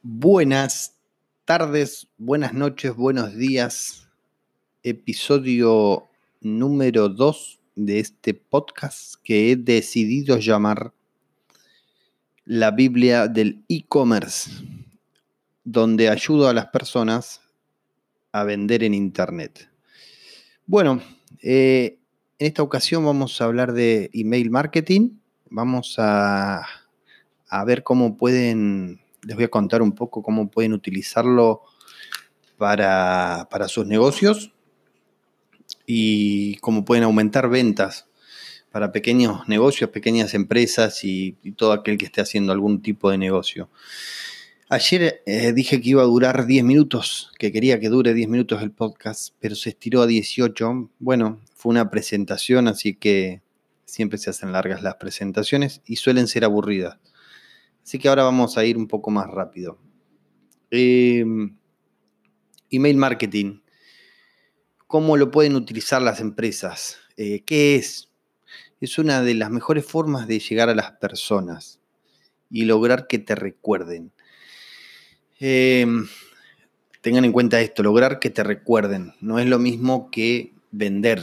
Buenas tardes, buenas noches, buenos días. Episodio número 2 de este podcast que he decidido llamar La Biblia del e-commerce, donde ayudo a las personas a vender en Internet. Bueno, en esta ocasión vamos a hablar de email marketing. Vamos a ver cómo pueden, les voy a contar un poco cómo pueden utilizarlo para sus negocios y cómo pueden aumentar ventas para pequeños negocios, pequeñas empresas y todo aquel que esté haciendo algún tipo de negocio. Ayer dije que iba a durar 10 minutos, que quería que dure 10 minutos el podcast, pero se estiró a 18. Bueno, fue una presentación, así que siempre se hacen largas las presentaciones y suelen ser aburridas. Así que ahora vamos a ir un poco más rápido. Email marketing. ¿Cómo lo pueden utilizar las empresas? ¿Qué es? Es una de las mejores formas de llegar a las personas y lograr que te recuerden. Tengan en cuenta esto, lograr que te recuerden. No es lo mismo que vender.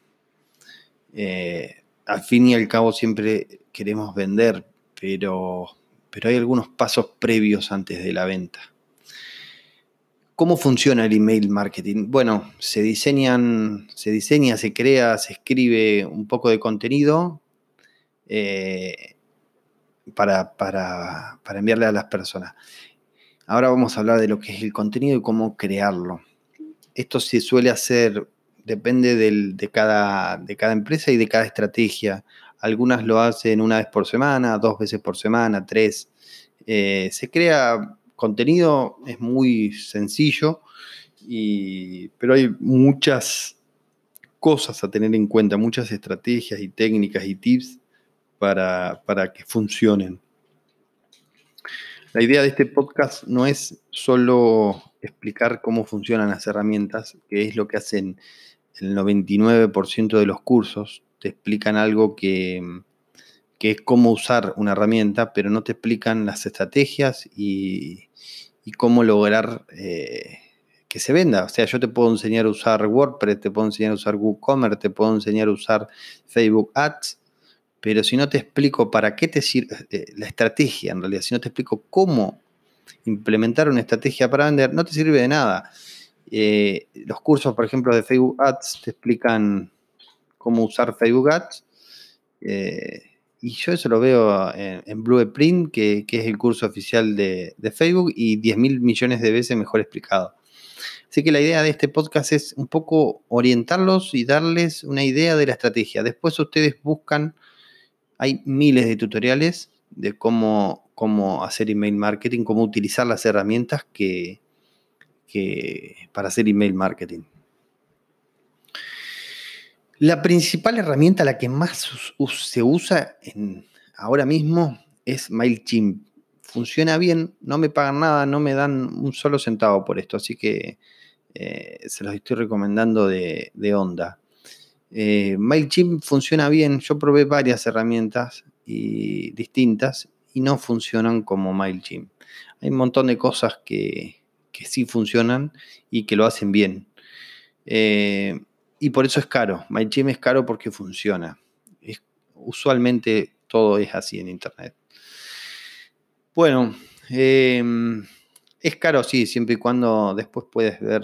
Al fin y al cabo siempre queremos vender, pero hay algunos pasos previos antes de la venta. ¿Cómo funciona el email marketing? Bueno, se diseña, se crea, se escribe un poco de contenido para enviarle a las personas. Ahora vamos a hablar de lo que es el contenido y cómo crearlo. Esto se suele hacer, depende de cada empresa y de cada estrategia. Algunas lo hacen una vez por semana, 2 veces por semana, 3. Se crea contenido, es muy sencillo, pero hay muchas cosas a tener en cuenta, muchas estrategias y técnicas y tips para que funcionen. La idea de este podcast no es solo explicar cómo funcionan las herramientas, que es lo que hacen el 99% de los cursos. Te explican algo que es cómo usar una herramienta, pero no te explican las estrategias y cómo lograr que se venda. O sea, yo te puedo enseñar a usar WordPress, te puedo enseñar a usar WooCommerce, te puedo enseñar a usar Facebook Ads, pero si no te explico para qué te sirve la estrategia, en realidad, si no te explico cómo implementar una estrategia para vender, no te sirve de nada. Los cursos, por ejemplo, de Facebook Ads te explican cómo usar Facebook Ads, y yo eso lo veo en Blueprint, que es el curso oficial de Facebook, y 10.000 millones de veces mejor explicado. Así que la idea de este podcast es un poco orientarlos y darles una idea de la estrategia. Después ustedes buscan, hay miles de tutoriales de cómo hacer email marketing, cómo utilizar las herramientas para hacer email marketing. La principal herramienta, la que más se usa ahora mismo, es MailChimp. Funciona bien, no me pagan nada, no me dan un solo centavo por esto, así que se los estoy recomendando de onda. MailChimp funciona bien, yo probé varias herramientas distintas y no funcionan como MailChimp. Hay un montón de cosas que sí funcionan y que lo hacen bien. Y por eso es caro. MailChimp es caro porque funciona. Usualmente todo es así en Internet. Bueno, es caro, sí, siempre y cuando después puedes ver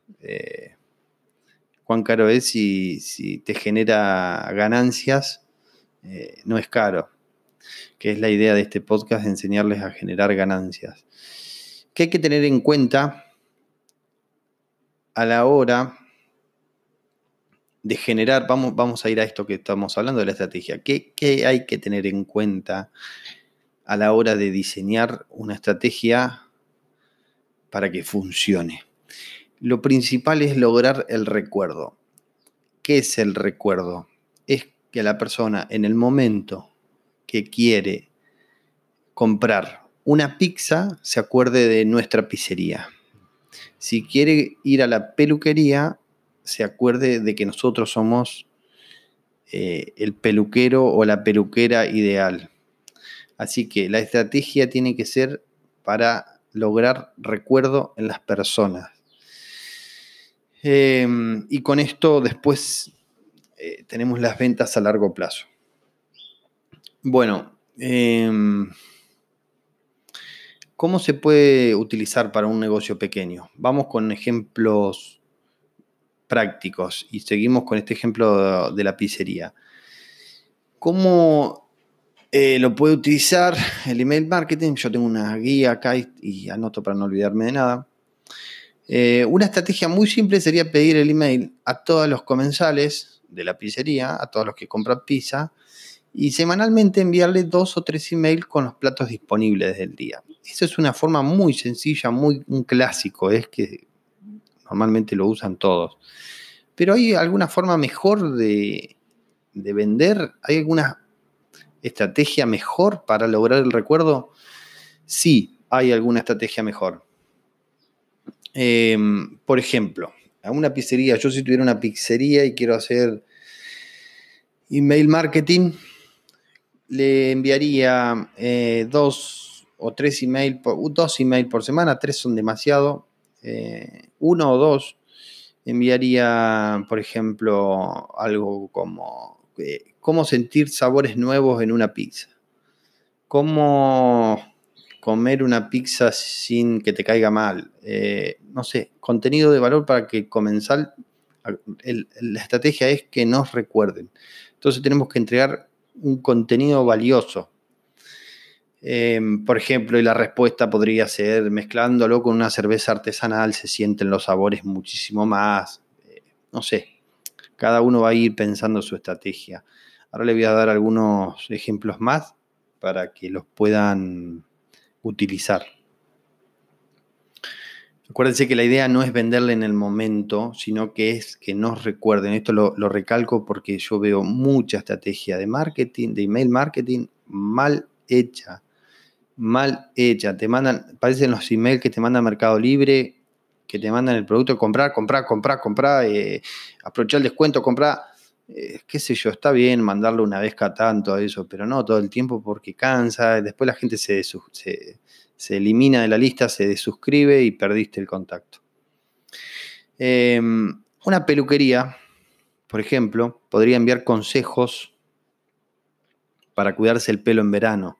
cuán caro es y si te genera ganancias, no es caro. Que es la idea de este podcast, enseñarles a generar ganancias. ¿Qué hay que tener en cuenta a la hora de generar? Vamos a ir a esto que estamos hablando de la estrategia. ¿Qué hay que tener en cuenta a la hora de diseñar una estrategia para que funcione? Lo principal es lograr el recuerdo. ¿Qué es el recuerdo? Es que la persona en el momento que quiere comprar una pizza se acuerde de nuestra pizzería. Si quiere ir a la peluquería, se acuerde de que nosotros somos el peluquero o la peluquera ideal. Así que la estrategia tiene que ser para lograr recuerdo en las personas. Y con esto después tenemos las ventas a largo plazo. Bueno, ¿cómo se puede utilizar para un negocio pequeño? Vamos con ejemplos prácticos y seguimos con este ejemplo de la pizzería. ¿Cómo lo puede utilizar el email marketing? Yo tengo una guía acá y anoto para no olvidarme de nada. Una estrategia muy simple sería pedir el email a todos los comensales de la pizzería, a todos los que compran pizza, y semanalmente enviarle 2 o 3 emails con los platos disponibles del día. Esa es una forma muy sencilla, un clásico, es que normalmente lo usan todos. Pero ¿hay alguna forma mejor de vender? ¿Hay alguna estrategia mejor para lograr el recuerdo? Sí, hay alguna estrategia mejor. Por ejemplo, a una pizzería, yo si tuviera una pizzería y quiero hacer email marketing, le enviaría 2 o 3 emails, 2 emails por semana, 3 son demasiado, 1 o 2. Enviaría, por ejemplo, algo como cómo sentir sabores nuevos en una pizza. Cómo comer una pizza sin que te caiga mal. No sé, contenido de valor para que comensal. La estrategia es que nos recuerden. Entonces tenemos que entregar un contenido valioso. Por ejemplo, y la respuesta podría ser mezclándolo con una cerveza artesanal, se sienten los sabores muchísimo más. No sé, cada uno va a ir pensando su estrategia. Ahora le voy a dar algunos ejemplos más para que los puedan utilizar. Acuérdense que la idea no es venderle en el momento, sino que es que nos recuerden. Esto lo recalco porque yo veo mucha estrategia de marketing, de email marketing, mal hecha. Te mandan, parecen los emails que te manda Mercado Libre, que te mandan el producto, comprar, aprovechar el descuento, comprar. Qué sé yo, está bien mandarlo una vez cada tanto a eso, pero no todo el tiempo porque cansa. Después la gente se elimina de la lista, se desuscribe y perdiste el contacto. Una peluquería, por ejemplo, podría enviar consejos para cuidarse el pelo en verano.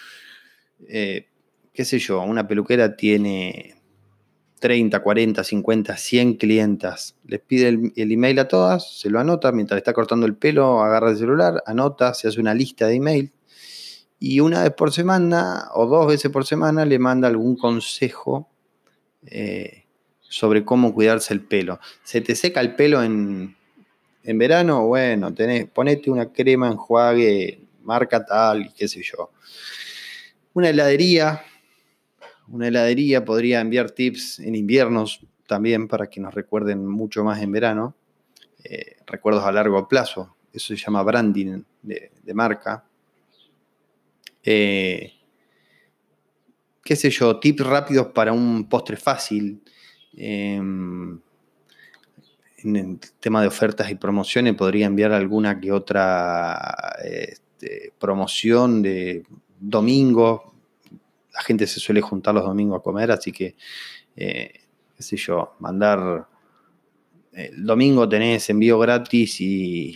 Qué sé yo, una peluquera tiene 30, 40, 50, 100 clientas. Les pide el email a todas, se lo anota, mientras está cortando el pelo, agarra el celular, anota, se hace una lista de email y una vez por semana o 2 veces por semana le manda algún consejo sobre cómo cuidarse el pelo. ¿Se te seca el pelo en verano? Bueno, ponete una crema enjuague marca tal, qué sé yo. Una heladería podría enviar tips en inviernos también para que nos recuerden mucho más en verano. Recuerdos a largo plazo, eso se llama branding de marca. Qué sé yo, tips rápidos para un postre fácil. En el tema de ofertas y promociones podría enviar alguna que otra promoción de domingo. La gente se suele juntar los domingos a comer, así que, qué sé yo, mandar, el domingo tenés envío gratis y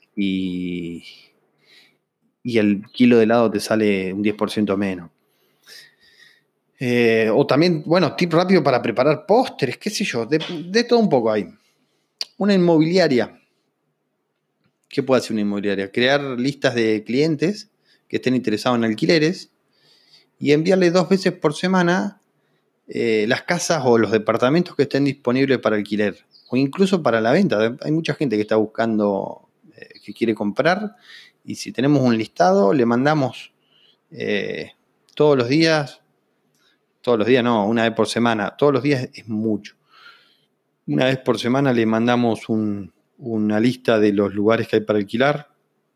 el kilo de helado te sale un 10% menos. O también, bueno, tip rápido para preparar postres, qué sé yo, de todo un poco hay. Una inmobiliaria. ¿Qué puede hacer una inmobiliaria? Crear listas de clientes que estén interesados en alquileres y enviarle 2 veces por semana las casas o los departamentos que estén disponibles para alquiler o incluso para la venta. Hay mucha gente que está buscando, que quiere comprar, y si tenemos un listado, le mandamos todos los días no, una vez por semana, todos los días es mucho. Una vez por semana le mandamos una lista de los lugares que hay para alquilar,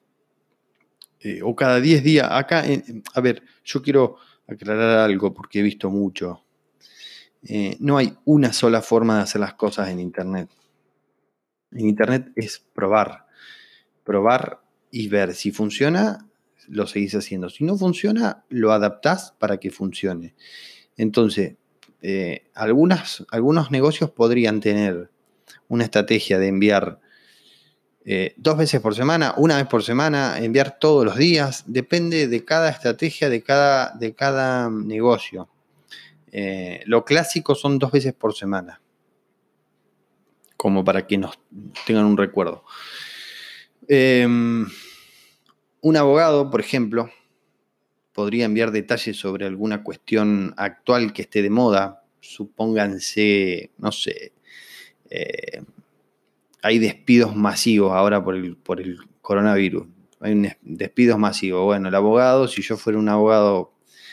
o cada 10 días. Acá, a ver, yo quiero aclarar algo porque he visto mucho. No hay una sola forma de hacer las cosas en Internet. En Internet es probar y ver. Si funciona, lo seguís haciendo. Si no funciona, lo adaptás para que funcione. Entonces, algunos negocios podrían tener una estrategia de enviar 2 veces por semana, 1 vez por semana, enviar todos los días. Depende de cada estrategia, de cada negocio. Lo clásico son 2 veces por semana, como para que nos tengan un recuerdo. Un abogado, por ejemplo, podría enviar detalles sobre alguna cuestión actual que esté de moda. Supónganse, no sé, hay despidos masivos ahora por el coronavirus. Hay despidos masivos. Bueno, el abogado, si yo fuera un abogado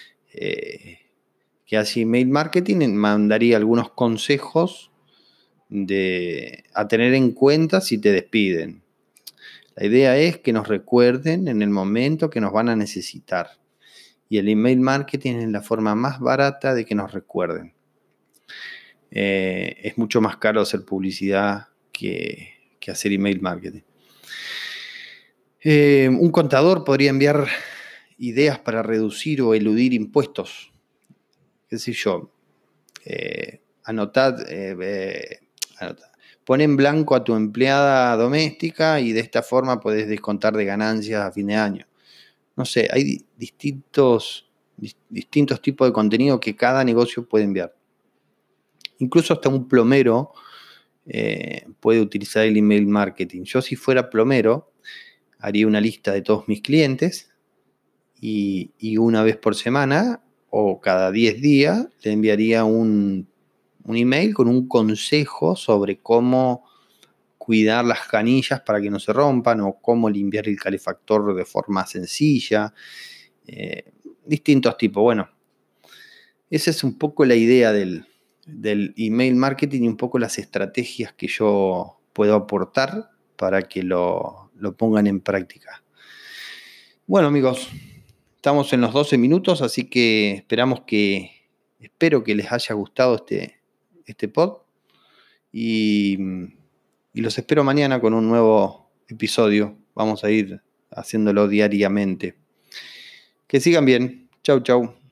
que hace email marketing, mandaría algunos consejos a tener en cuenta si te despiden. La idea es que nos recuerden en el momento que nos van a necesitar. Y el email marketing es la forma más barata de que nos recuerden. Es mucho más caro hacer publicidad que hacer email marketing. Un contador podría enviar ideas para reducir o eludir impuestos. Qué sé yo. Anotad. Pon en blanco a tu empleada doméstica y de esta forma podés descontar de ganancias a fin de año. No sé, hay distintos tipos de contenido que cada negocio puede enviar. Incluso hasta un plomero puede utilizar el email marketing. Yo, si fuera plomero, haría una lista de todos mis clientes y 1 vez por semana o cada 10 días le enviaría un email con un consejo sobre cómo cuidar las canillas para que no se rompan o cómo limpiar el calefactor de forma sencilla. Distintos tipos. Bueno, esa es un poco la idea del email marketing y un poco las estrategias que yo puedo aportar para que lo pongan en práctica. Bueno, amigos, estamos en los 12 minutos, así que espero que les haya gustado este pod y los espero mañana con un nuevo episodio. Vamos a ir haciéndolo diariamente. Que sigan bien. Chau, chau.